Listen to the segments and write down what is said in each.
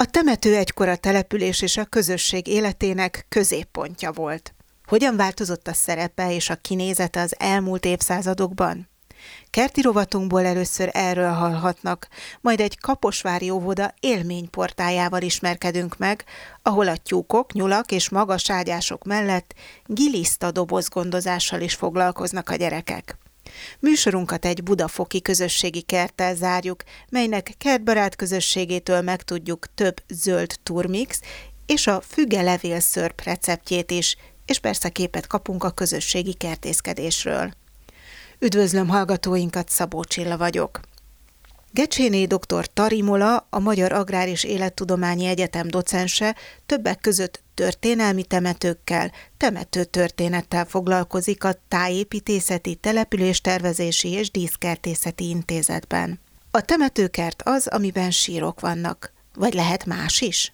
A temető egykor a település és a közösség életének középpontja volt. Hogyan változott a szerepe és a kinézete az elmúlt évszázadokban? Kerti rovatunkból először erről hallhatnak, majd egy kaposvári óvoda élményportájával ismerkedünk meg, ahol a tyúkok, nyulak és magas ágyások mellett giliszta dobozgondozással is foglalkoznak a gyerekek. Műsorunkat egy budafoki közösségi kerttel zárjuk, melynek kertbarát közösségétől megtudjuk több zöld turmix és a fügelevélszörp receptjét is, és persze képet kapunk a közösségi kertészkedésről. Üdvözlöm hallgatóinkat, Szabó Csilla vagyok. Gecséné dr. Tarimola, a Magyar Agrár és Élettudományi Egyetem docense többek között történelmi temetőkkel, temetőtörténettel foglalkozik a Tájépítészeti, Településtervezési és Díszkertészeti Intézetben. A temetőkert az, amiben sírok vannak, vagy lehet más is?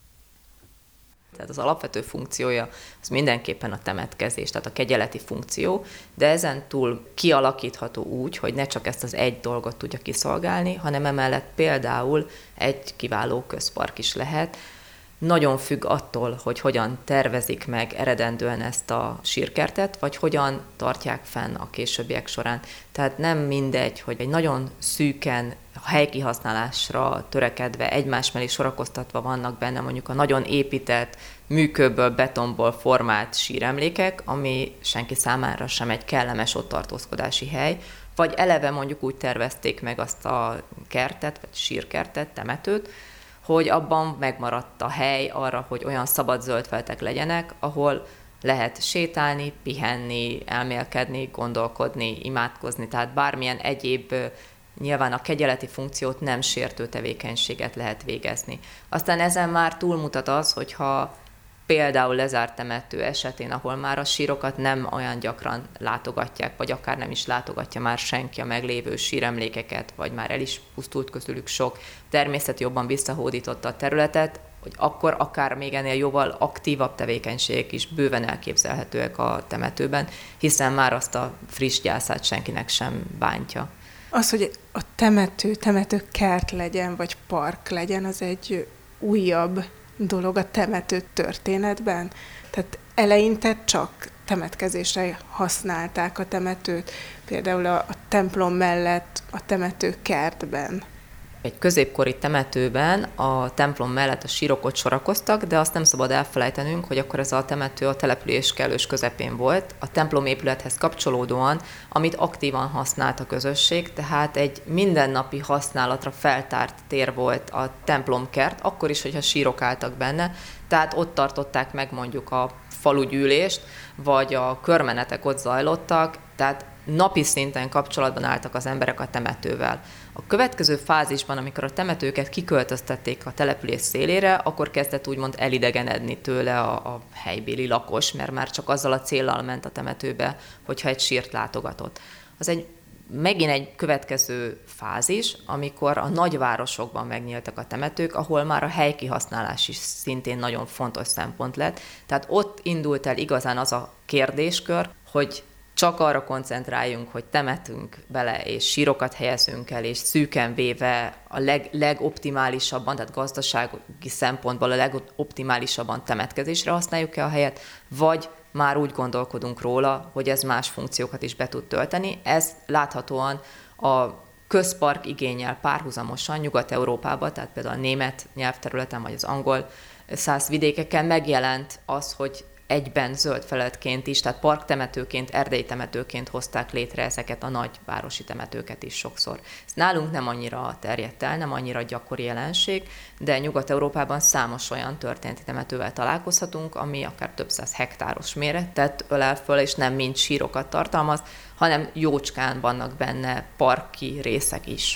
Tehát az alapvető funkciója az mindenképpen a temetkezés, tehát a kegyeleti funkció, de ezen túl kialakítható úgy, hogy ne csak ezt az egy dolgot tudja kiszolgálni, hanem emellett például egy kiváló közpark is lehet. Nagyon függ attól, hogy hogyan tervezik meg eredendően ezt a sírkertet, vagy hogyan tartják fenn a későbbiek során. Tehát nem mindegy, hogy egy nagyon szűken helykihasználásra törekedve, egymás mellé sorakoztatva vannak benne mondjuk a nagyon épített, műkőből, betonból formált síremlékek, ami senki számára sem egy kellemes ott tartózkodási hely, vagy eleve mondjuk úgy tervezték meg azt a kertet, vagy sírkertet, temetőt, hogy abban megmaradt a hely arra, hogy olyan szabad zöldfeltek legyenek, ahol lehet sétálni, pihenni, elmélkedni, gondolkodni, imádkozni, tehát bármilyen egyéb, nyilván a kegyeleti funkciót nem sértő tevékenységet lehet végezni. Aztán ezen már túlmutat az, hogyha például lezárt temető esetén, ahol már a sírokat nem olyan gyakran látogatják, vagy akár nem is látogatja már senki a meglévő síremlékeket, vagy már el is pusztult közülük sok, természet jobban visszahódította a területet, hogy akkor akár még ennél jóval aktívabb tevékenységek is bőven elképzelhetőek a temetőben, hiszen már azt a friss gyászát senkinek sem bántja. Az, hogy a temető kert legyen, vagy park legyen, az egy újabb dolog a temető történetben. Tehát eleinte csak temetkezésre használták a temetőt, például a templom mellett a temető kertben. Egy középkori temetőben a templom mellett a sírok ott sorakoztak, de azt nem szabad elfelejtenünk, hogy akkor ez a temető a település kellős közepén volt, a templom épülethez kapcsolódóan, amit aktívan használt a közösség, tehát egy mindennapi használatra feltárt tér volt a templomkert, akkor is, hogyha sírok álltak benne, tehát ott tartották meg mondjuk a falugyűlést, vagy a körmenetek ott zajlottak, tehát napi szinten kapcsolatban álltak az emberek a temetővel. A következő fázisban, amikor a temetőket kiköltöztették a település szélére, akkor kezdett úgymond elidegenedni tőle a helybéli lakos, mert már csak azzal a céllal ment a temetőbe, hogyha egy sírt látogatott. Az megint egy következő fázis, amikor a nagyvárosokban megnyíltak a temetők, ahol már a helykihasználás is szintén nagyon fontos szempont lett. Tehát ott indult el igazán az a kérdéskör, hogy csak arra koncentráljunk, hogy temetünk bele, és sírokat helyezünk el, és szűken véve a legoptimálisabban, tehát gazdasági szempontból a legoptimálisabban temetkezésre használjuk-e a helyet, vagy már úgy gondolkodunk róla, hogy ez más funkciókat is be tud tölteni. Ez láthatóan a közpark igénnyel párhuzamosan Nyugat-Európában, tehát például a német nyelvterületen, vagy az angol szász vidékeken megjelent az, hogy egyben zöld felületként is, tehát parktemetőként, erdélytemetőként hozták létre ezeket a nagy városi temetőket is sokszor. Ez nálunk nem annyira terjedt el, nem annyira gyakori jelenség, de Nyugat-Európában számos olyan történeti temetővel találkozhatunk, ami akár több száz hektáros méretet ölel föl, és nem mind sírokat tartalmaz, hanem jócskán vannak benne parki részek is.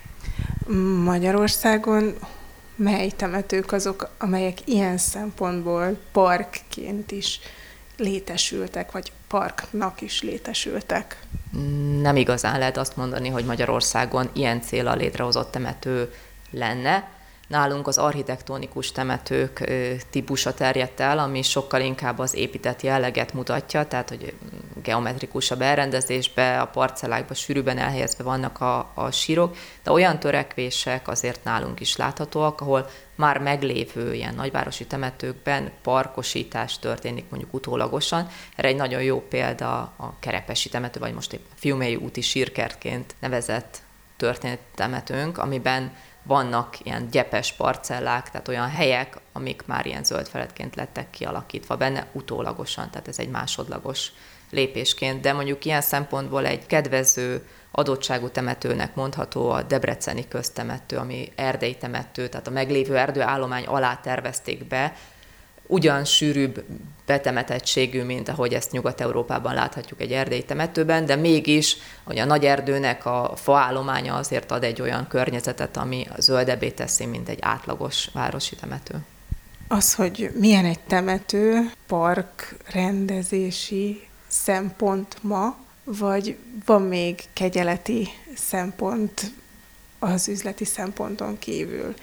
Magyarországon mely temetők azok, amelyek ilyen szempontból parkként is létesültek, vagy parknak is létesültek? Nem igazán lehet azt mondani, hogy Magyarországon ilyen céllal létrehozott temető lenne. Nálunk az architektonikus temetők típusa terjedt el, ami sokkal inkább az épített jelleget mutatja, tehát hogy geometrikusabb elrendezésbe, a parcellákba sűrűbben elhelyezve vannak a sírok, de olyan törekvések azért nálunk is láthatóak, ahol már meglévő ilyen nagyvárosi temetőkben parkosítás történik mondjuk utólagosan. Erre egy nagyon jó példa a Kerepesi temető, vagy most éppen Fiumei úti sírkertként nevezett történettemetőnk, amiben vannak ilyen gyepes parcellák, tehát olyan helyek, amik már ilyen zöld feledként lettek kialakítva benne utólagosan, tehát ez egy másodlagos lépésként, de mondjuk ilyen szempontból egy kedvező adottságú temetőnek mondható a debreceni köztemető, ami erdei temető, tehát a meglévő erdőállomány alá tervezték be, ugyan sűrűbb betemetettségű, mint ahogy ezt Nyugat-Európában láthatjuk egy erdei temetőben, de mégis, hogy a nagy erdőnek a faállománya azért ad egy olyan környezetet, ami zöldebbé teszi, mint egy átlagos városi temető. Az, hogy milyen egy temető, park rendezési szempont ma, vagy van még kegyeleti szempont az üzleti szemponton kívül?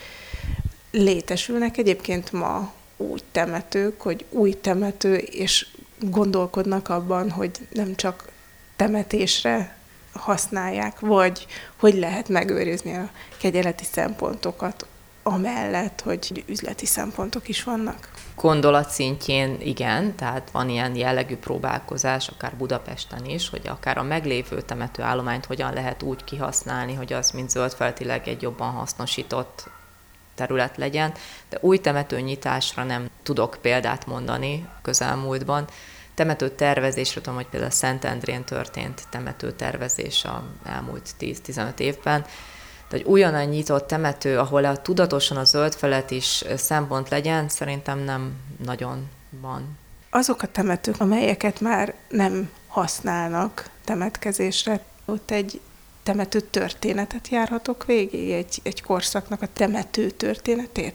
Létesülnek egyébként ma úgy temetők, hogy új temető, és gondolkodnak abban, hogy nem csak temetésre használják, vagy hogy lehet megőrizni a kegyeleti szempontokat, amellett, hogy üzleti szempontok is vannak? Gondolat szintjén igen, tehát van ilyen jellegű próbálkozás, akár Budapesten is, hogy akár a meglévő temetőállományt hogyan lehet úgy kihasználni, hogy az mint zöldfelületileg egy jobban hasznosított terület legyen, de új temetőnyitásra nem tudok példát mondani közelmúltban. Temetőtervezésre tudom, hogy például Szentendrén történt temetőtervezés az elmúlt 10-15 évben, de hogy újonnan nyitott temető, ahol tudatosan a zöld felület is szempont legyen, szerintem nem nagyon van. Azok a temetők, amelyeket már nem használnak temetkezésre, ott egy temető történetet járhatok végig, egy korszaknak a temető történetét?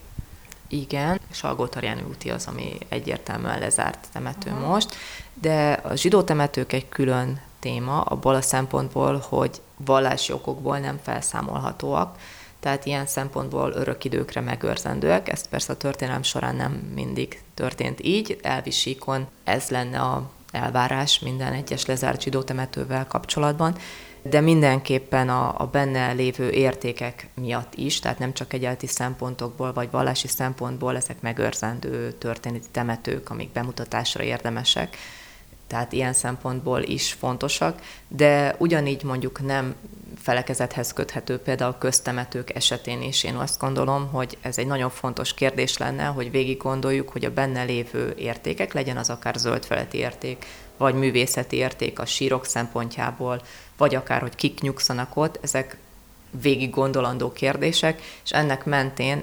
Igen, Salgótarjáni úti az, ami egyértelműen lezárt temető most, de a zsidó temetők egy külön téma, abból a szempontból, hogy vallási okokból nem felszámolhatóak, tehát ilyen szempontból örök időkre megőrzendőek. Ez persze a történelem során nem mindig történt így, elvi síkon ez lenne az elvárás minden egyes lezárt zsidó temetővel kapcsolatban, de mindenképpen a benne lévő értékek miatt is, tehát nem csak kegyeleti szempontokból vagy vallási szempontból ezek megőrzendő történeti temetők, amik bemutatásra érdemesek, tehát ilyen szempontból is fontosak, de ugyanígy mondjuk nem felekezethez köthető például köztemetők esetén is. Én azt gondolom, hogy ez egy nagyon fontos kérdés lenne, hogy végig gondoljuk, hogy a benne lévő értékek, legyen az akár zöldfelületi érték, vagy művészeti érték a sírok szempontjából, vagy akár, hogy kik nyugszanak ott, ezek végig gondolandó kérdések, és ennek mentén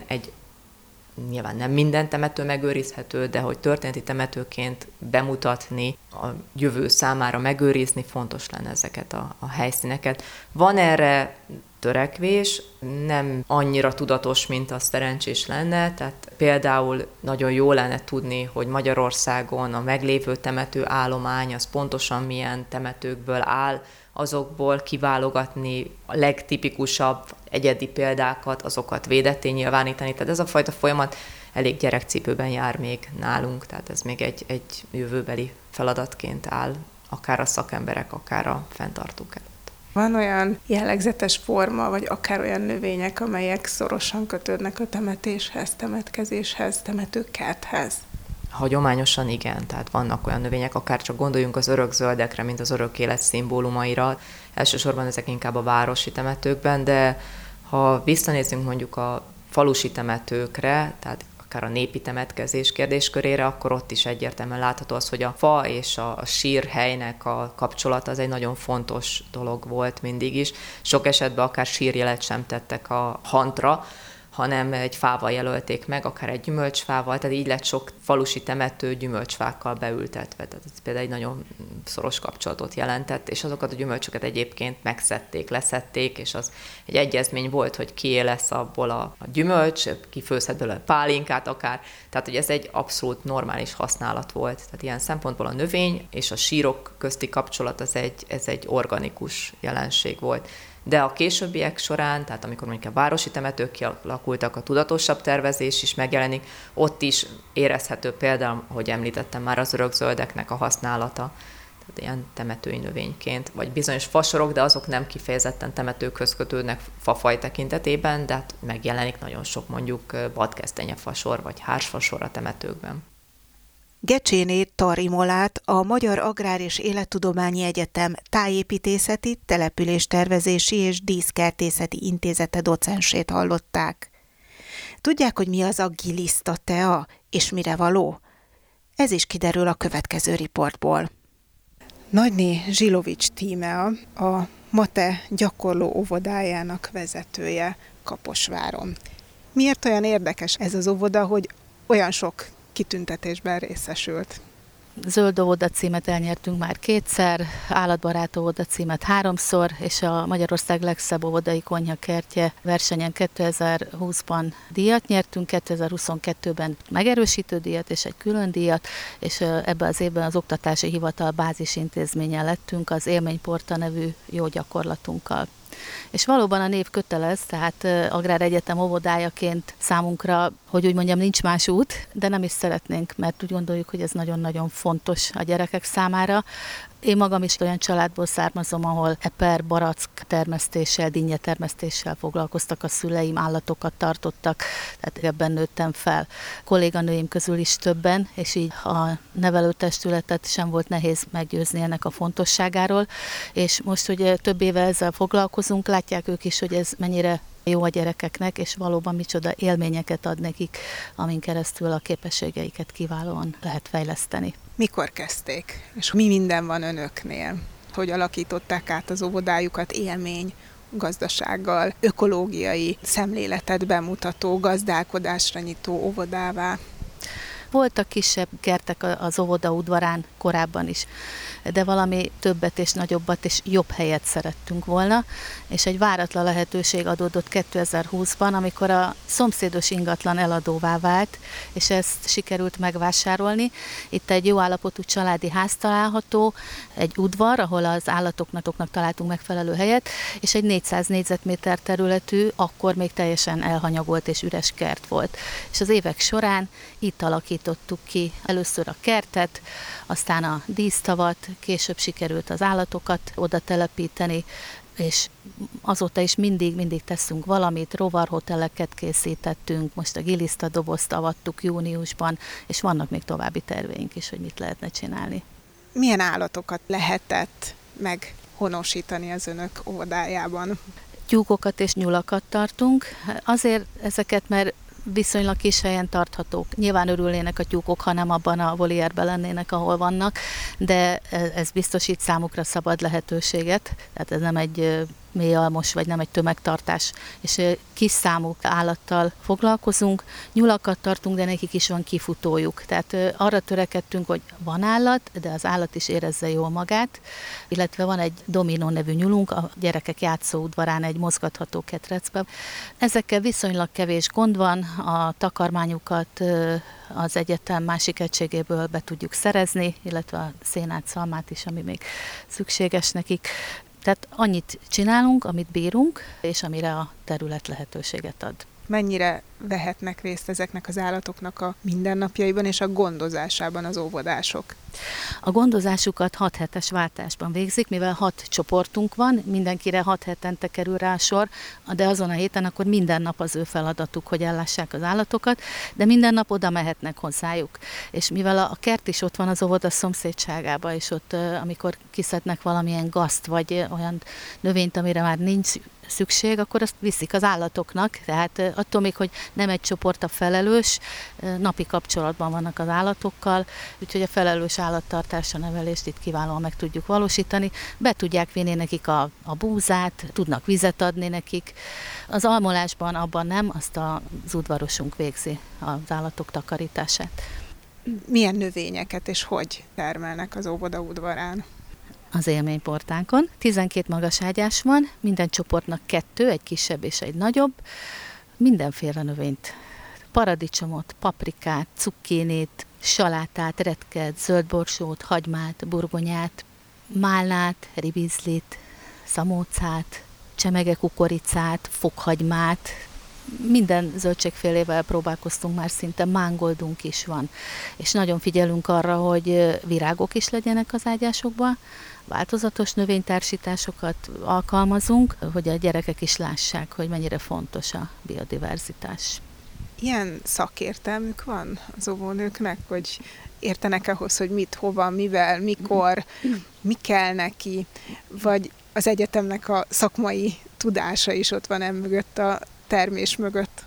nyilván nem minden temető megőrizhető, de hogy történeti temetőként bemutatni, a jövő számára megőrizni, fontos lenne ezeket a helyszíneket. Van erre törekvés, nem annyira tudatos, mint az szerencsés lenne, tehát például nagyon jó lenne tudni, hogy Magyarországon a meglévő temetőállomány az pontosan milyen temetőkből áll, azokból kiválogatni a legtipikusabb egyedi példákat, azokat védetté nyilvánítani. Tehát ez a fajta folyamat elég gyerekcipőben jár még nálunk, tehát ez még egy jövőbeli feladatként áll, akár a szakemberek, akár a fenntartók előtt. Van olyan jellegzetes forma, vagy akár olyan növények, amelyek szorosan kötődnek a temetéshez, temetkezéshez, temetőkerthez? Hagyományosan igen, tehát vannak olyan növények, akár csak gondoljunk az örökzöldekre, mint az örök élet szimbólumaira. Elsősorban ezek inkább a városi temetőkben, de ha visszanézzünk mondjuk a falusi temetőkre, tehát akár a népi temetkezés kérdéskörére, akkor ott is egyértelműen látható az, hogy a fa és a sírhelynek a kapcsolata az egy nagyon fontos dolog volt mindig is. Sok esetben akár sírjelet sem tettek a hantra, hanem egy fával jelölték meg, akár egy gyümölcsfával, tehát így lett sok falusi temető gyümölcsfákkal beültetve. Tehát ez például egy nagyon szoros kapcsolatot jelentett, és azokat a gyümölcsöket egyébként megszedték, leszették, és az egy egyezmény volt, hogy kié lesz abból a gyümölcs, kifőzhet belőle pálinkát akár, tehát hogy ez egy abszolút normális használat volt. Tehát ilyen szempontból a növény és a sírok közti kapcsolat ez egy organikus jelenség volt. De a későbbiek során, tehát amikor mondjuk a városi temetők kialakultak, a tudatosabb tervezés is megjelenik, ott is érezhető például, hogy említettem már, az örökzöldeknek a használata. tehát ilyen temetői növényként, vagy bizonyos fasorok, de azok nem kifejezetten temetőkhöz kötődnek fafaj tekintetében, de hát megjelenik nagyon sok mondjuk vadgesztenyefasor, vagy hársfasor a temetőkben. Gecséné Tarimolát, a Magyar Agrár és Élettudományi Egyetem Tájépítészeti, Településtervezési és Díszkertészeti Intézete docensét hallották. Tudják, hogy mi az a gilisztatea és mire való? Ez is kiderül a következő riportból. Nagyné Zsilovics Tímea, a MATE gyakorló óvodájának vezetője Kaposváron. Miért olyan érdekes ez az óvoda, hogy olyan sok kitüntetésben részesült? Zöld óvoda címet elnyertünk már 2-szer, állatbarát óvoda címet 3-szor, és a Magyarország legszebb óvodai konyhakertje versenyen 2020-ban díjat nyertünk, 2022-ben megerősítő díjat és egy külön díjat, és ebben az évben az Oktatási Hivatal bázisintézménye lettünk az Élményporta nevű jó gyakorlatunkkal. És valóban a név kötelez, tehát Agráregyetem óvodájaként számunkra, hogy úgy mondjam, nincs más út, de nem is szeretnénk, mert úgy gondoljuk, hogy ez nagyon-nagyon fontos a gyerekek számára. Én magam is olyan családból származom, ahol eper, barack termesztéssel, dinnye termesztéssel foglalkoztak a szüleim, állatokat tartottak, tehát ebben nőttem fel. Kolléganőim közül is többen, és így a nevelőtestületet sem volt nehéz meggyőzni ennek a fontosságáról, és most, hogy több éve ezzel foglalkozunk, látják ők is, hogy ez mennyire jó a gyerekeknek, és valóban micsoda élményeket ad nekik, amin keresztül a képességeiket kiválóan lehet fejleszteni. Mikor kezdték? És mi minden van önöknél? Hogy alakították át az óvodájukat élmény, gazdasággal, ökológiai szemléletet bemutató, gazdálkodásra nyitó óvodává? Voltak kisebb kertek az óvoda udvarán korábban is, de valami többet és nagyobbat és jobb helyet szerettünk volna, és egy váratlan lehetőség adódott 2020-ban, amikor a szomszédos ingatlan eladóvá vált, és ezt sikerült megvásárolni. Itt egy jó állapotú családi ház található, egy udvar, ahol az állatoknak találtunk megfelelő helyet, és egy 400 négyzetméter területű, akkor még teljesen elhanyagolt és üres kert volt. És az évek során itt alakítottuk ki először a kertet, aztán a dísztavat, később sikerült az állatokat oda telepíteni, és azóta is mindig teszünk valamit, rovarhoteleket készítettünk, most a giliszta dobozt avattuk júniusban, és vannak még további terveink is, hogy mit lehetne csinálni. Milyen állatokat lehetett meghonosítani az önök óvodájában? Tyúkokat és nyulakat tartunk, azért ezeket, mert viszonylag kis helyen tarthatók. Nyilván örülnének a tyúkok, ha nem abban a volierben lennének, ahol vannak, de ez biztosít számukra szabad lehetőséget, tehát ez nem egy mélyalmos, vagy nem egy tömegtartás, és kis számú állattal foglalkozunk, nyulakat tartunk, de nekik is van kifutójuk. Tehát arra törekedtünk, hogy van állat, de az állat is érezze jól magát, illetve van egy Dominó nevű nyulunk, a gyerekek játszóudvarán egy mozgatható ketrecben. Ezekkel viszonylag kevés gond van, a takarmányukat az egyetem másik egységéből be tudjuk szerezni, illetve a szénát, szalmát is, ami még szükséges nekik. Tehát annyit csinálunk, amit bírunk, és amire a terület lehetőséget ad. Mennyire vehetnek részt ezeknek az állatoknak a mindennapjaiban és a gondozásában az óvodások? A gondozásukat 6 hetes váltásban végzik, mivel 6 csoportunk van, mindenkire 6 hetente kerül rá sor, de azon a héten akkor minden nap az ő feladatuk, hogy ellássák az állatokat, de minden nap oda mehetnek hozzájuk. És mivel a kert is ott van az óvoda szomszédságában, és ott amikor kiszednek valamilyen gazt, vagy olyan növényt, amire már nincs szükség, akkor azt viszik az állatoknak, tehát attól még, hogy nem egy csoport a felelős, napi kapcsolatban vannak az állatokkal, úgyhogy a felelős állattartásra, nevelést itt kiválóan meg tudjuk valósítani. Be tudják vinni nekik a búzát, tudnak vizet adni nekik. Az almolásban abban nem, azt az udvarosunk végzi az állatok takarítását. Milyen növényeket és hogy termelnek az óvoda udvarán? Az élményportánkon. 12 magaságyás van, minden csoportnak 2, egy kisebb és egy nagyobb. Mindenféle növényt, paradicsomot, paprikát, cukkinit, salátát, retket, zöldborsót, hagymát, burgonyát, málnát, ribizlit, szamócát, csemege kukoricát, fokhagymát, Minden zöldségfélével próbálkoztunk már, szinte mángoldunk is van. És nagyon figyelünk arra, hogy virágok is legyenek az ágyásokban, változatos növénytársításokat alkalmazunk, hogy a gyerekek is lássák, hogy mennyire fontos a biodiverzitás. Ilyen szakértelmük van az óvónőknek, hogy értenek ahhoz, hogy mit, hova, mivel, mikor, mi kell neki, vagy az egyetemnek a szakmai tudása is ott van mögött, a termés mögött?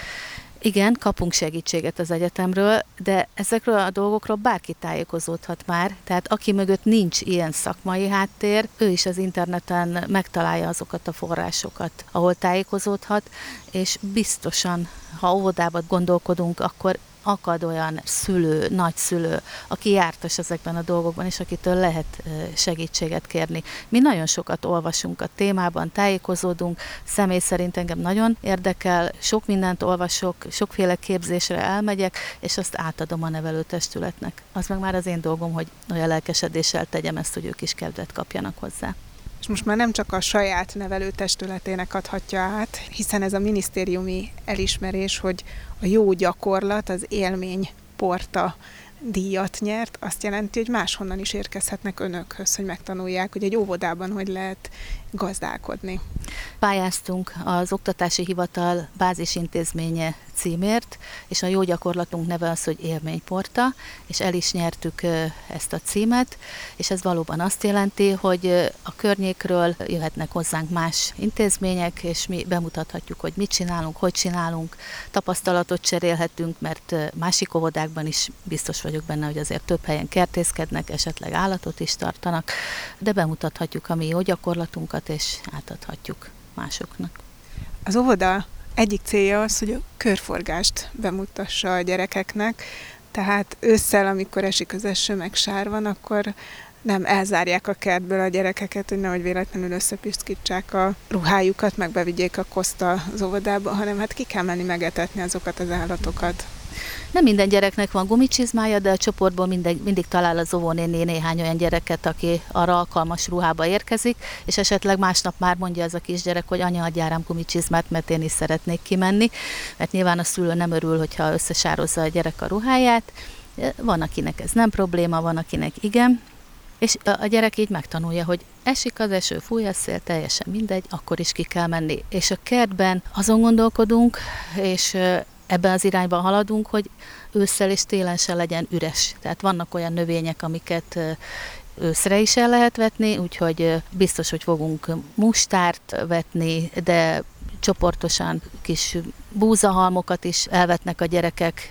Igen, kapunk segítséget az egyetemről, de ezekről a dolgokról bárki tájékozódhat már, tehát aki mögött nincs ilyen szakmai háttér, ő is az interneten megtalálja azokat a forrásokat, ahol tájékozódhat, és biztosan, ha óvodában gondolkodunk, akkor akad olyan szülő, nagyszülő, aki jártas ezekben a dolgokban, és akitől lehet segítséget kérni. Mi nagyon sokat olvasunk a témában, tájékozódunk, személy szerint engem nagyon érdekel, sok mindent olvasok, sokféle képzésre elmegyek, és azt átadom a nevelőtestületnek. Az meg már az én dolgom, hogy olyan lelkesedéssel tegyem ezt, hogy ők is kedvet kapjanak hozzá. És most már nem csak a saját nevelőtestületének adhatja át, hiszen ez a minisztériumi elismerés, hogy a jó gyakorlat, az élmény porta díjat nyert, azt jelenti, hogy máshonnan is érkezhetnek önökhöz, hogy megtanulják, hogy egy óvodában hogy lehet gazdálkodni. Pályáztunk az Oktatási Hivatal bázisintézménye címért, és a jó gyakorlatunk neve az, hogy élményporta, és el is nyertük ezt a címet, és ez valóban azt jelenti, hogy a környékről jöhetnek hozzánk más intézmények, és mi bemutathatjuk, hogy mit csinálunk, hogy csinálunk, tapasztalatot cserélhetünk, mert másik óvodákban is biztos vagyok benne, hogy azért több helyen kertészkednek, esetleg állatot is tartanak, de bemutathatjuk a mi jó gyakorlatunkat, és átadhatjuk másoknak. Az óvoda egyik célja az, hogy a körforgást bemutassa a gyerekeknek, tehát ősszel, amikor esik az eső, meg sár van, akkor nem elzárják a kertből a gyerekeket, hogy nehogy véletlenül összepiszkítsák a ruhájukat, meg bevigyék a koszt az óvodába, hanem hát ki kell menni megetetni azokat az állatokat. Nem minden gyereknek van gumicsizmája, de a csoportból mindig talál az óvónéni néhány olyan gyereket, aki arra alkalmas ruhába érkezik, és esetleg másnap már mondja az a kisgyerek, hogy anya, adjál rám gumicsizmát, mert én is szeretnék kimenni, mert nyilván a szülő nem örül, hogyha összesározza a gyerek a ruháját. Van, akinek ez nem probléma, van, akinek igen. És a gyerek így megtanulja, hogy esik az eső, fúj a szél, teljesen mindegy, akkor is ki kell menni. És a kertben azon gondolkodunk, és ebben az irányban haladunk, hogy ősszel és télen se legyen üres. Tehát vannak olyan növények, amiket őszre is el lehet vetni, úgyhogy biztos, hogy fogunk mustárt vetni, de csoportosan kis búzahalmokat is elvetnek a gyerekek,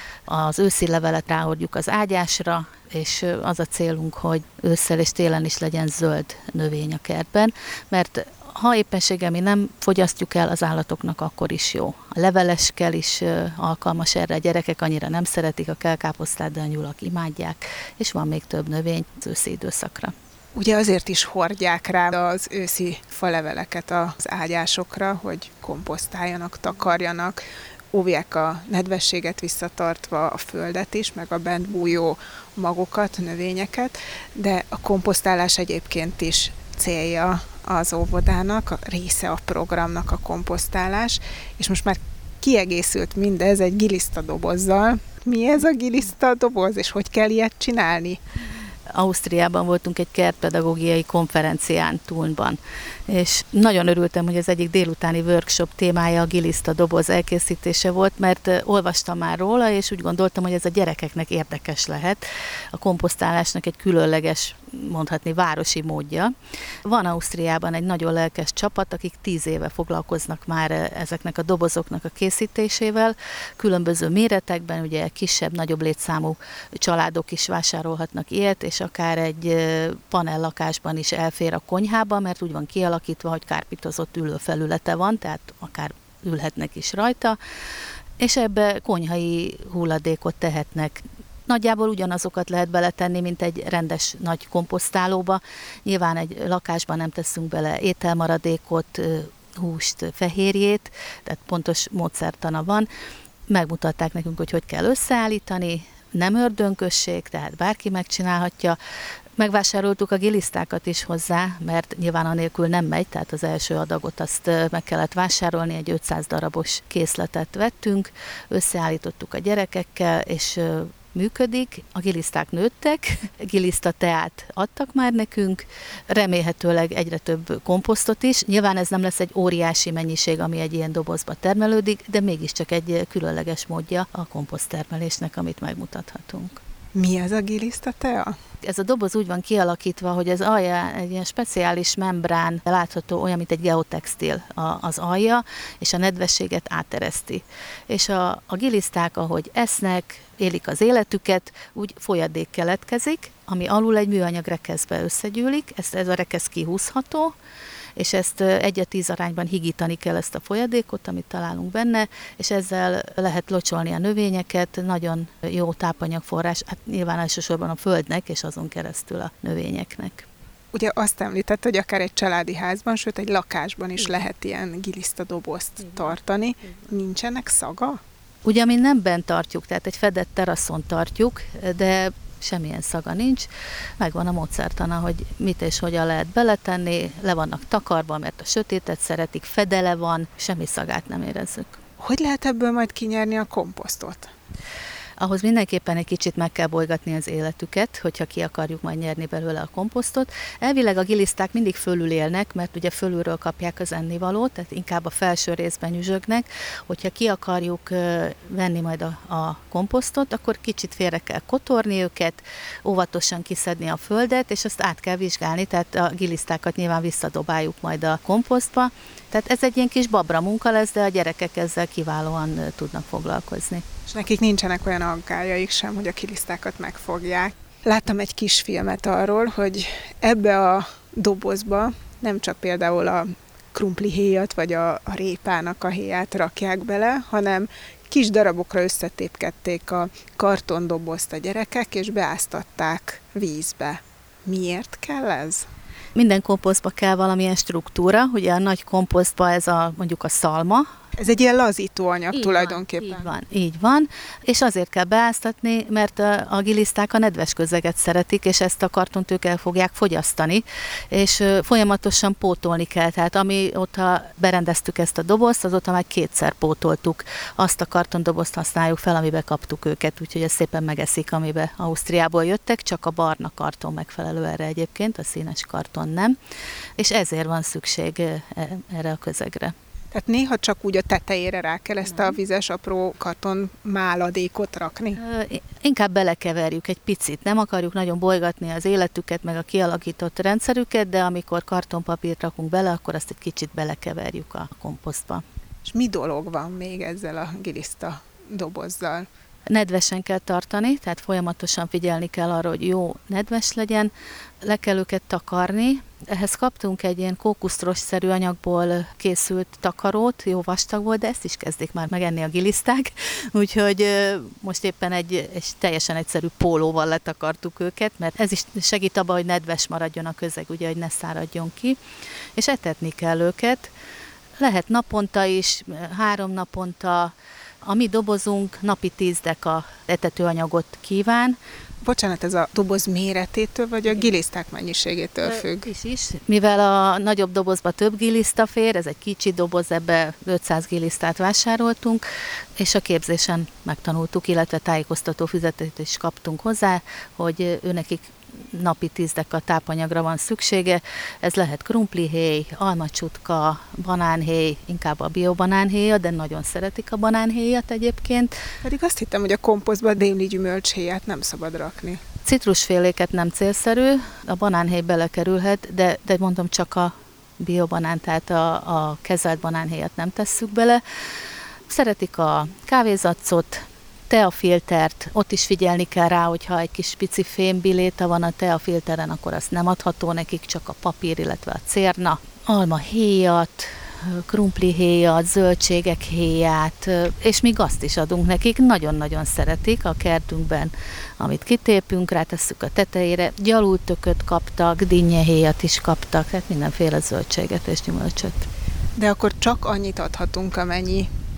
az őszi levelet ráhordjuk az ágyásra, és az a célunk, hogy ősszel és télen is legyen zöld növény a kertben, mert ha éppenséggel mi nem fogyasztjuk el az állatoknak, akkor is jó. A leveleskkel is alkalmas erre, a gyerekek annyira nem szeretik a kelkáposztát, de a nyulak imádják, és van még több növény az őszi időszakra. Ugye azért is hordják rá az őszi faleveleket az ágyásokra, hogy komposztáljanak, takarjanak, óvják a nedvességet visszatartva a földet is, meg a bent bújó magokat, növényeket, de a komposztálás egyébként is célja az óvodának, a része a programnak a komposztálás, és most már kiegészült mindez egy gilisztadobozzal. Mi ez a gilisztadoboz, és hogy kell ilyet csinálni? Ausztriában voltunk egy kertpedagógiai konferencián Thunban, és nagyon örültem, hogy az egyik délutáni workshop témája a gilisztadoboz elkészítése volt, mert olvastam már róla, és úgy gondoltam, hogy ez a gyerekeknek érdekes lehet. A komposztálásnak egy különleges, mondhatni városi módja. Van Ausztriában egy nagyon lelkes csapat, akik 10 éve foglalkoznak már ezeknek a dobozoknak a készítésével. Különböző méretekben, ugye kisebb, nagyobb létszámú családok is vásárolhatnak ilyet, és akár egy panellakásban is elfér a konyhába, mert úgy van kialakítva, hogy kárpitozott ülőfelülete van, tehát akár ülhetnek is rajta, és ebbe konyhai hulladékot tehetnek. Nagyjából ugyanazokat lehet beletenni, mint egy rendes nagy komposztálóba. Nyilván egy lakásban nem teszünk bele ételmaradékot, húst, fehérjét, tehát pontos módszertana van. Megmutatták nekünk, hogy kell összeállítani, nem ördönkösség, tehát bárki megcsinálhatja. Megvásároltuk a gilisztákat is hozzá, mert nyilván anélkül nem megy, tehát az első adagot azt meg kellett vásárolni, egy 500 darabos készletet vettünk, összeállítottuk a gyerekekkel, és működik, a giliszták nőttek, giliszta teát adtak már nekünk, remélhetőleg egyre több komposztot is. Nyilván ez nem lesz egy óriási mennyiség, ami egy ilyen dobozba termelődik, de mégiscsak egy különleges módja a komposzttermelésnek, amit megmutathatunk. Mi ez a giliszta tea? Ez a doboz úgy van kialakítva, hogy az alja egy ilyen speciális membrán, látható olyan, mint egy geotextil az alja, és a nedvességet átereszti. És a giliszták, ahogy esznek, élik az életüket, úgy folyadék keletkezik, ami alul egy műanyag rekeszbe összegyűlik, ez a rekesz kihúzható, és ezt 1:10 arányban higítani kell ezt a folyadékot, amit találunk benne, és ezzel lehet locsolni a növényeket, nagyon jó tápanyagforrás, hát nyilván elsősorban a földnek, és azon keresztül a növényeknek. Ugye azt említett, hogy akár egy családi házban, sőt egy lakásban is lehet ilyen gilisztadobozt tartani. Nincsenek szaga? Ugye mi nem bent tartjuk, tehát egy fedett teraszon tartjuk, de semmilyen szaga nincs. Megvan a módszertana, hogy mit és hogyan lehet beletenni, le vannak takarva, mert a sötétet szeretik, fedele van, semmi szagát nem érezzük. Hogy lehet ebből majd kinyerni a komposztot? Ahhoz mindenképpen egy kicsit meg kell bolygatni az életüket, hogyha ki akarjuk majd nyerni belőle a komposztot. Elvileg a giliszták mindig fölül élnek, mert ugye fölülről kapják az ennivalót, tehát inkább a felső részben nyüzsögnek. Hogyha ki akarjuk venni majd a komposztot, akkor kicsit félre kell kotorni őket, óvatosan kiszedni a földet, és azt át kell vizsgálni, tehát a gilisztákat nyilván visszadobáljuk majd a komposztba. Tehát ez egy ilyen kis babra munka lesz, de a gyerekek ezzel kiválóan tudnak foglalkozni. És nekik nincsenek olyan aggályaik sem, hogy a gilisztákat megfogják. Láttam egy kis filmet arról, hogy ebbe a dobozba nem csak például a krumplihéjat vagy a répának a héját rakják bele, hanem kis darabokra összetépkedték a kartondobozt a gyerekek, és beáztatták vízbe. Miért kell ez? Minden komposztba kell valamilyen struktúra, ugye a nagy komposztba ez mondjuk a szalma. Ez egy ilyen lazítóanyag tulajdonképpen. Így van, és azért kell beáztatni, mert a giliszták a nedves közeget szeretik, és ezt a kartont ők el fogják fogyasztani, és folyamatosan pótolni kell. Tehát amióta berendeztük ezt a dobozt, azóta már 2-szer pótoltuk. Azt a kartondobozt használjuk fel, amibe kaptuk őket, úgyhogy ezt szépen megeszik, amibe Ausztriából jöttek, csak a barna karton megfelelő erre egyébként, a színes karton nem, és ezért van szükség erre a közegre. Tehát néha csak úgy a tetejére rá kell ezt a vizes apró karton máladékot rakni? Inkább belekeverjük egy picit. Nem akarjuk nagyon bolygatni az életüket, meg a kialakított rendszerüket, de amikor kartonpapírt rakunk bele, akkor azt egy kicsit belekeverjük a komposztba. És mi dolog van még ezzel a giliszta dobozzal? Nedvesen kell tartani, tehát folyamatosan figyelni kell arra, hogy jó nedves legyen, le kell őket takarni. Ehhez kaptunk egy ilyen kókusztrosszerű anyagból készült takarót, jó vastag volt, de ezt is kezdik már megenni a giliszták, úgyhogy most éppen egy teljesen egyszerű pólóval letakartuk őket, mert ez is segít abban, hogy nedves maradjon a közeg, ugye, hogy ne száradjon ki, és etetni kell őket. Lehet naponta is, 3 naponta. A mi dobozunk napi 10 deka etetőanyagot kíván. Bocsánat, ez a doboz méretétől, vagy a giliszták mennyiségétől függ? Is. Mivel a nagyobb dobozba több giliszta fér, ez egy kicsi doboz, ebbe 500 gilisztát vásároltunk, és a képzésen megtanultuk, illetve tájékoztató füzetet is kaptunk hozzá, hogy őnekik napi 10 deka tápanyagra van szüksége. Ez lehet krumplihéj, almacsutka, banánhéj, inkább a biobanánhéja, de nagyon szeretik a banánhéjat egyébként. Pedig azt hittem, hogy a komposztba a déli gyümölcshéját nem szabad rakni. Citrusféléket nem célszerű, a banánhéj belekerülhet, de mondom, csak a biobanán, tehát a kezelt banánhéjat nem tesszük bele. Szeretik a kávézacot, teafiltert, ott is figyelni kell rá, hogyha egy kis pici fémbiléta van a teafilteren, akkor azt nem adható nekik, csak a papír, illetve a cérna. Almahéjat, krumplihéjat, zöldségek héját, és még azt is adunk nekik, nagyon-nagyon szeretik a kertünkben, amit kitépünk, rátesszük a tetejére, gyalultököt kaptak, dinnyehéjat is kaptak, tehát mindenféle zöldséget és gyümölcsöt. De akkor csak annyit adhatunk, amennyi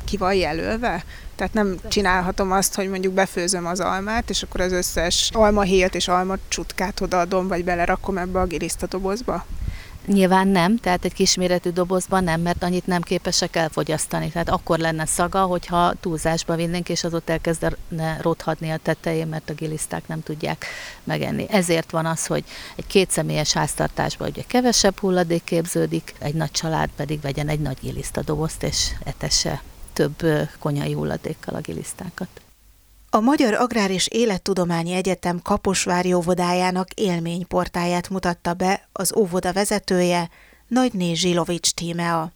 ki van jelölve? Tehát nem csinálhatom azt, hogy mondjuk befőzöm az almát, és akkor az összes almahéjat és almacsutkát odaadom, vagy belerakom ebbe a gilisztadobozba? Nyilván nem, tehát egy kisméretű dobozban nem, mert annyit nem képesek elfogyasztani. Tehát akkor lenne szaga, hogyha túlzásba vinnénk, és az ott elkezdene rothadni a tetején, mert a giliszták nem tudják megenni. Ezért van az, hogy egy kétszemélyes háztartásban ugye kevesebb hulladék képződik, egy nagy család pedig vegyen egy nagy gilisztadobozt, és etesse több konyhai hulladékkal a gilisztákat. A Magyar Agrár és Élettudományi Egyetem Kaposvári óvodájának élményportáját mutatta be az óvoda vezetője, Nagyné Zsilovics Tímea.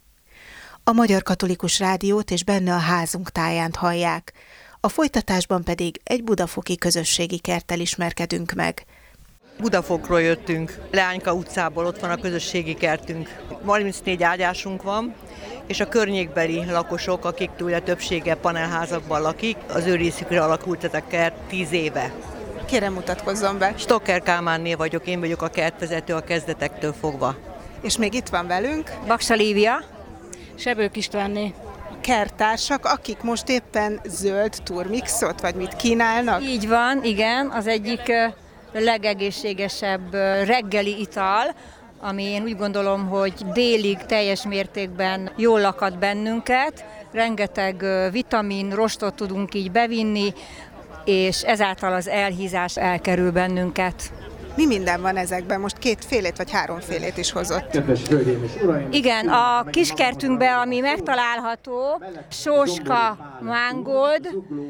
A Magyar Katolikus Rádiót és benne a házunk táján hallják, a folytatásban pedig egy budafoki közösségi kerttel ismerkedünk meg. Budafokról jöttünk, Leányka utcából, ott van a közösségi kertünk. 34 ágyásunk van, és a környékbeli lakosok, akik ugye többsége panelházakban lakik, az ő részükre alakult ez a kert 10 éve. Kérem, mutatkozzon be. Stocker Kálmánné vagyok, én vagyok a kertvezető a kezdetektől fogva. És még itt van velünk Baksa Lívia, Sebők Istvánné. kerttársak, akik most éppen zöld turmixot, vagy mit kínálnak? így van, igen, az egyik legegészségesebb reggeli ital, ami én úgy gondolom, hogy délig teljes mértékben jól lakad bennünket, rengeteg vitamin, rostot tudunk így bevinni, és ezáltal az elhízás elkerül bennünket. Mi minden van ezekben? Most 2 félét vagy 3 félét is hozott. Kedves hölgyeim és uraim! Igen, a kiskertünkben, ami megtalálható, sóska, mángold,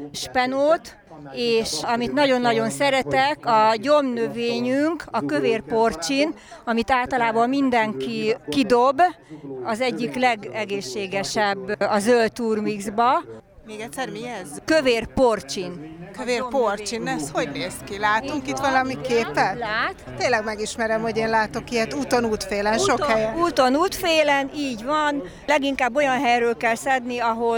spenót, és amit nagyon-nagyon szeretek, a gyomnövényünk, a kövér porcsin, amit általában mindenki kidob, az egyik legegészségesebb a zöld turmixba. Még egyszer, mi ez? Kövér porcsin. Kövér porcsin, ez hogy néz ki? Látunk itt valami képet? Lát. Tényleg megismerem, hogy én látok ilyet úton, útfélen, sok helyen. Úton, útfélen, így van. Leginkább olyan helyről kell szedni, ahol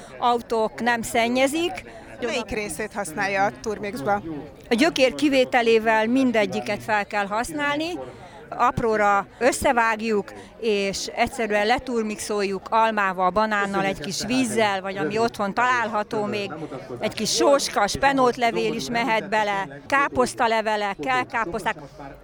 autók nem szennyezik. Melyik részét használja a turmixba? A gyökér kivételével mindegyiket fel kell használni, apróra összevágjuk, és egyszerűen leturmixoljuk almával, banánnal, egy kis vízzel, vagy ami otthon található még, egy kis sóska, spenótlevél is mehet bele, káposztalevelek, kelkáposzták,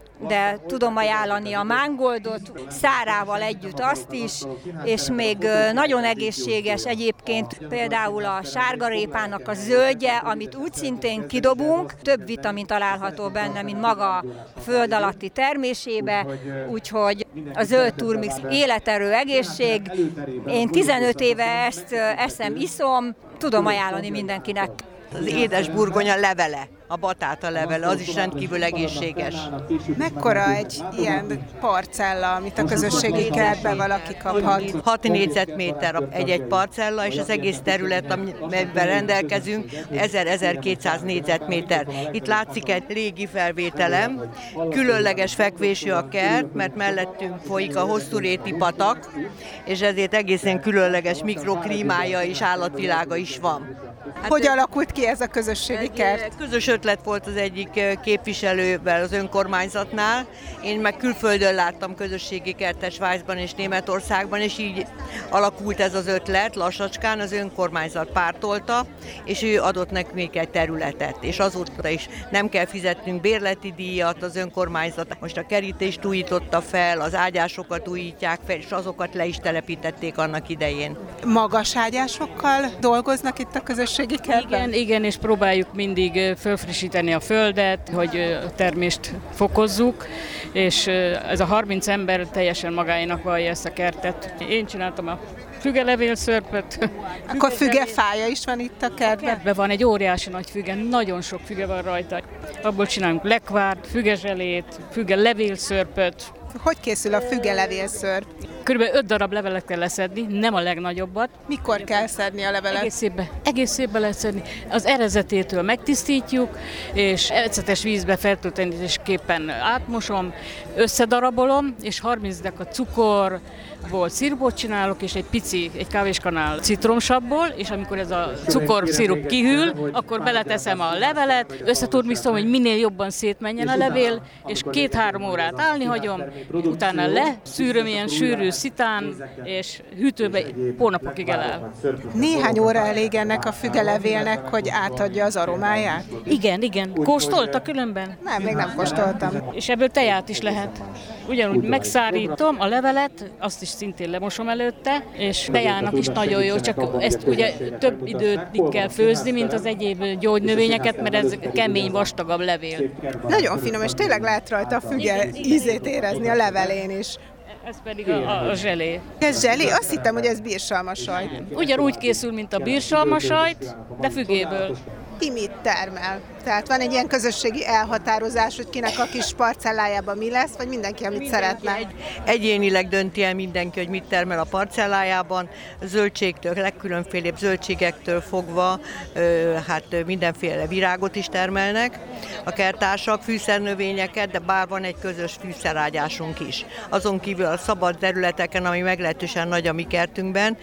de tudom ajánlani a mángoldot, szárával együtt azt is, és még nagyon egészséges egyébként például a sárgarépának a zöldje, amit úgy szintén kidobunk, több vitamin található benne, mint maga a föld alatti termésébe, úgyhogy a zöld turmix életerő, egészség. Én 15 éve ezt eszem, iszom, tudom ajánlani mindenkinek. Az édes burgonya levele, a batáta levele, az is rendkívül egészséges. Mekkora egy ilyen parcella, amit a közösségi kertben valaki kaphat? 6 négyzetméter egy-egy parcella, és az egész terület, amiben rendelkezünk, 1000-1200 négyzetméter. Itt látszik egy légi felvételem, különleges fekvésű a kert, mert mellettünk folyik a Hosszúréti patak, és ezért egészen különleges mikroklímája és állatvilága is van. Hogy alakult ki ez a közösségi kert? Közös ötlet volt az egyik képviselővel az önkormányzatnál. Én meg külföldön láttam közösségi kertet Svájcban és Németországban, és így alakult ez az ötlet. Lassacskán az önkormányzat pártolta, és ő adott nekünk egy területet. És azóta is nem kell fizetnünk bérleti díjat az önkormányzat. Most a kerítést újította fel, az ágyásokat újítják fel, és azokat le is telepítették annak idején. Magas ágyásokkal dolgoznak itt a közösségi kertben? Igen, és próbáljuk mindig fölfrissíteni a földet, hogy a termést fokozzuk, és ez a 30 ember teljesen magáénak vallja ezt a kertet. Én csináltam a fügelevélszörpöt. Akkor fügefája is van itt a kertben? Kertben van egy óriási nagy füge, nagyon sok füge van rajta. Abból csinálunk lekvárt, fügezselét, fügelevélszörpöt. Hogy készül a fügelevélszörp? Körülbelül 5 darab levelet kell leszedni, nem a legnagyobbat. Mikor kell szedni a levelet? Egész évben lehet szedni. Az erezetétől megtisztítjuk, és ecetes vízbe fertőtlenítésképpen átmosom, összedarabolom, és 30 deka cukor, Ból szirup csinálok, és egy kávéskanál citromsavból, és amikor ez a cukorszirup kihűl, akkor beleteszem a levelet, összeturmixolom, hogy minél jobban szétmenjen a levél, és 2-3 órát állni hagyom, utána leszűröm ilyen sűrű szitán, és hűtőbe hónapokig eláll. Néhány óra elég ennek a fügelevélnek, hogy átadja az aromáját? Igen. Kóstolta különben? Nem, még nem kóstoltam. És ebből teját is lehet. Ugyanúgy megszárítom a levelet, azt is szintén lemosom előtte, és tejának is nagyon jó, csak ezt ugye több időt kell főzni, mint az egyéb gyógynövényeket, mert ez kemény, vastagabb levél. Nagyon finom, és tényleg lehet rajta a füge ízét érezni a levelén is. Ez pedig a zselé. Ez zselé? Azt hittem, hogy ez bírsalmasajt. Ugyanúgy készül, mint a bírsalmasajt, de fügéből. Ki mit termel? Tehát van egy ilyen közösségi elhatározás, hogy kinek a kis parcellájában mi lesz, vagy mindenki, amit szeretne? Egyénileg dönti el mindenki, hogy mit termel a parcellájában, zöldségtől, legkülönfélébb zöldségektől fogva, hát mindenféle virágot is termelnek a kerttársak, fűszernövényeket, de bár van egy közös fűszerágyásunk is. Azon kívül a szabad területeken, ami meglehetősen nagy a mi kertünkben,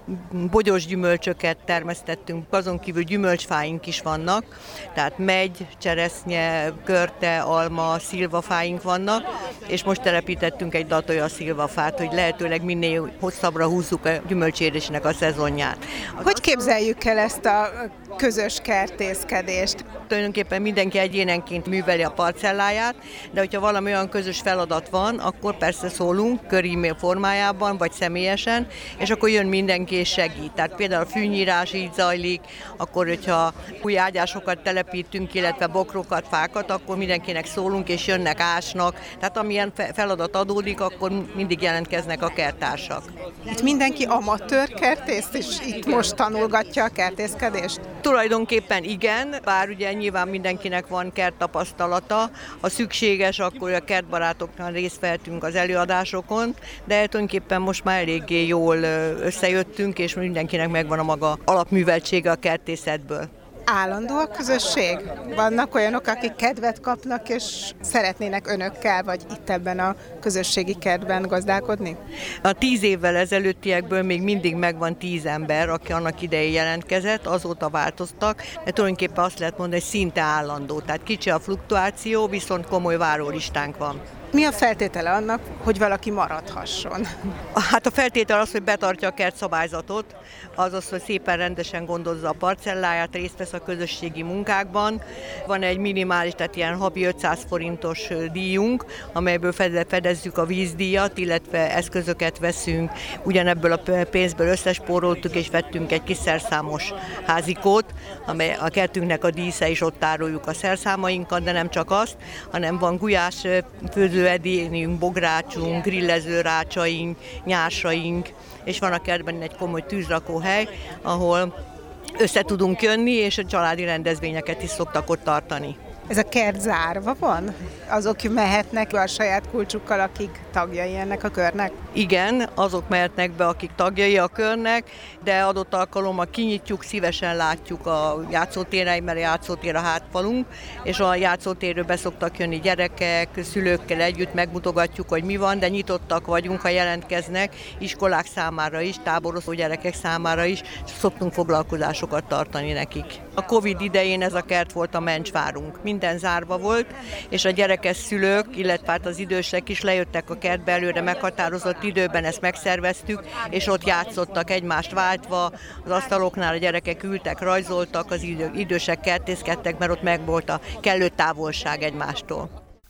bogyós gyümölcsöket termesztettünk, azon kívül gyümölcsfáink is vannak, tehát megy, cseresznye, körte, alma, szilvafáink vannak, és most telepítettünk egy datolya szilvafát, hogy lehetőleg minél hosszabbra húzzuk a gyümölcsérésnek a szezonját. Hogy képzeljük el ezt a közös kertészkedést? Tulajdonképpen mindenki egyénenként műveli a parcelláját, de hogyha valami olyan közös feladat van, akkor persze szólunk, kör-e-mail formájában, vagy személyesen, és akkor jön mindenki és segít. Tehát például a fűnyírás így zajlik, akkor hogyha új ágyásokat telepítünk, illetve bokrokat, fákat, akkor mindenkinek szólunk, és jönnek, ásnak. Tehát amilyen feladat adódik, akkor mindig jelentkeznek a kerttársak. Itt mindenki amatőr kertész, és itt most tanulgatja a kertészkedést? Tulajdonképpen igen, bár ugye nyilván mindenkinek van kerttapasztalata. Ha szükséges, akkor a kertbarátoknál részt vehetünk az előadásokon, de tulajdonképpen most már eléggé jól összejöttünk, és mindenkinek megvan a maga alapműveltsége a kertészetből. Állandó a közösség? Vannak olyanok, akik kedvet kapnak, és szeretnének önökkel, vagy itt ebben a közösségi kertben gazdálkodni? A 10 évvel ezelőttiekből még mindig megvan 10 ember, aki annak idején jelentkezett, azóta változtak, de tulajdonképpen azt lehet mondani, hogy szinte állandó. Tehát kicsi a fluktuáció, viszont komoly várólistánk van. Mi a feltétele annak, hogy valaki maradhasson? Hát a feltétel az, hogy betartja a kertszabályzatot, azaz, hogy szépen rendesen gondozza a parcelláját, részt vesz a közösségi munkákban. Van egy minimális, tehát ilyen havi 500 forintos díjunk, amelyből fedezzük a vízdíjat, illetve eszközöket veszünk. Ugyanebből a pénzből összespóroltuk, és vettünk egy kis szerszámos házikót, amely a kertünknek a dísze, is ott tároljuk a szerszámainkat, de nem csak azt, hanem van gulyás főzőedényünk, bográcsunk, grillező rácsaink, nyársaink, és van a kertben egy komoly tűzrakóhely, ahol össze tudunk jönni, és a családi rendezvényeket is szoktak ott tartani. Ez a kert zárva van? Azok mehetnek be a saját kulcsukkal, akik tagjai ennek a körnek? Igen, azok mehetnek be, akik tagjai a körnek, de adott alkalommal kinyitjuk, szívesen látjuk a játszótéren, mert a játszótér a hátfalunk, és a játszótérről be szoktak jönni gyerekek, szülőkkel együtt megmutogatjuk, hogy mi van, de nyitottak vagyunk, ha jelentkeznek, iskolák számára is, táborozó gyerekek számára is, szoktunk foglalkozásokat tartani nekik. A Covid idején ez a kert volt a mencsvárunk. Minden zárva volt, és a gyerekes szülők, illetve az idősek is lejöttek a kertbe előre meghatározott időben, ezt megszerveztük, és ott játszottak egymást váltva, az asztaloknál a gyerekek ültek, rajzoltak, az idősek kertészkedtek, mert ott megvolt a kellő távolság egymástól.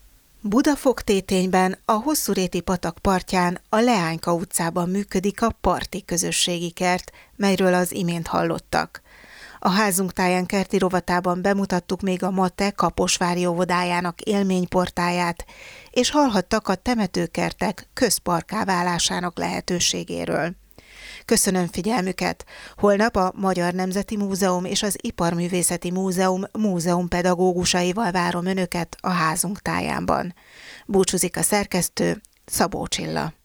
Budafok-Tétényben, a Hosszúréti patak partján, a Leányka utcában működik a Parti közösségi kert, melyről az imént hallottak. A házunk táján kerti rovatában bemutattuk még a MATE Kaposvári óvodájának élményportáját, és hallhattak a temetőkertek közparkká válásának lehetőségéről. Köszönöm figyelmüket! Holnap a Magyar Nemzeti Múzeum és az Iparművészeti Múzeum múzeumpedagógusaival várom önöket a házunk tájánban. Búcsúzik a szerkesztő, Szabó Csilla.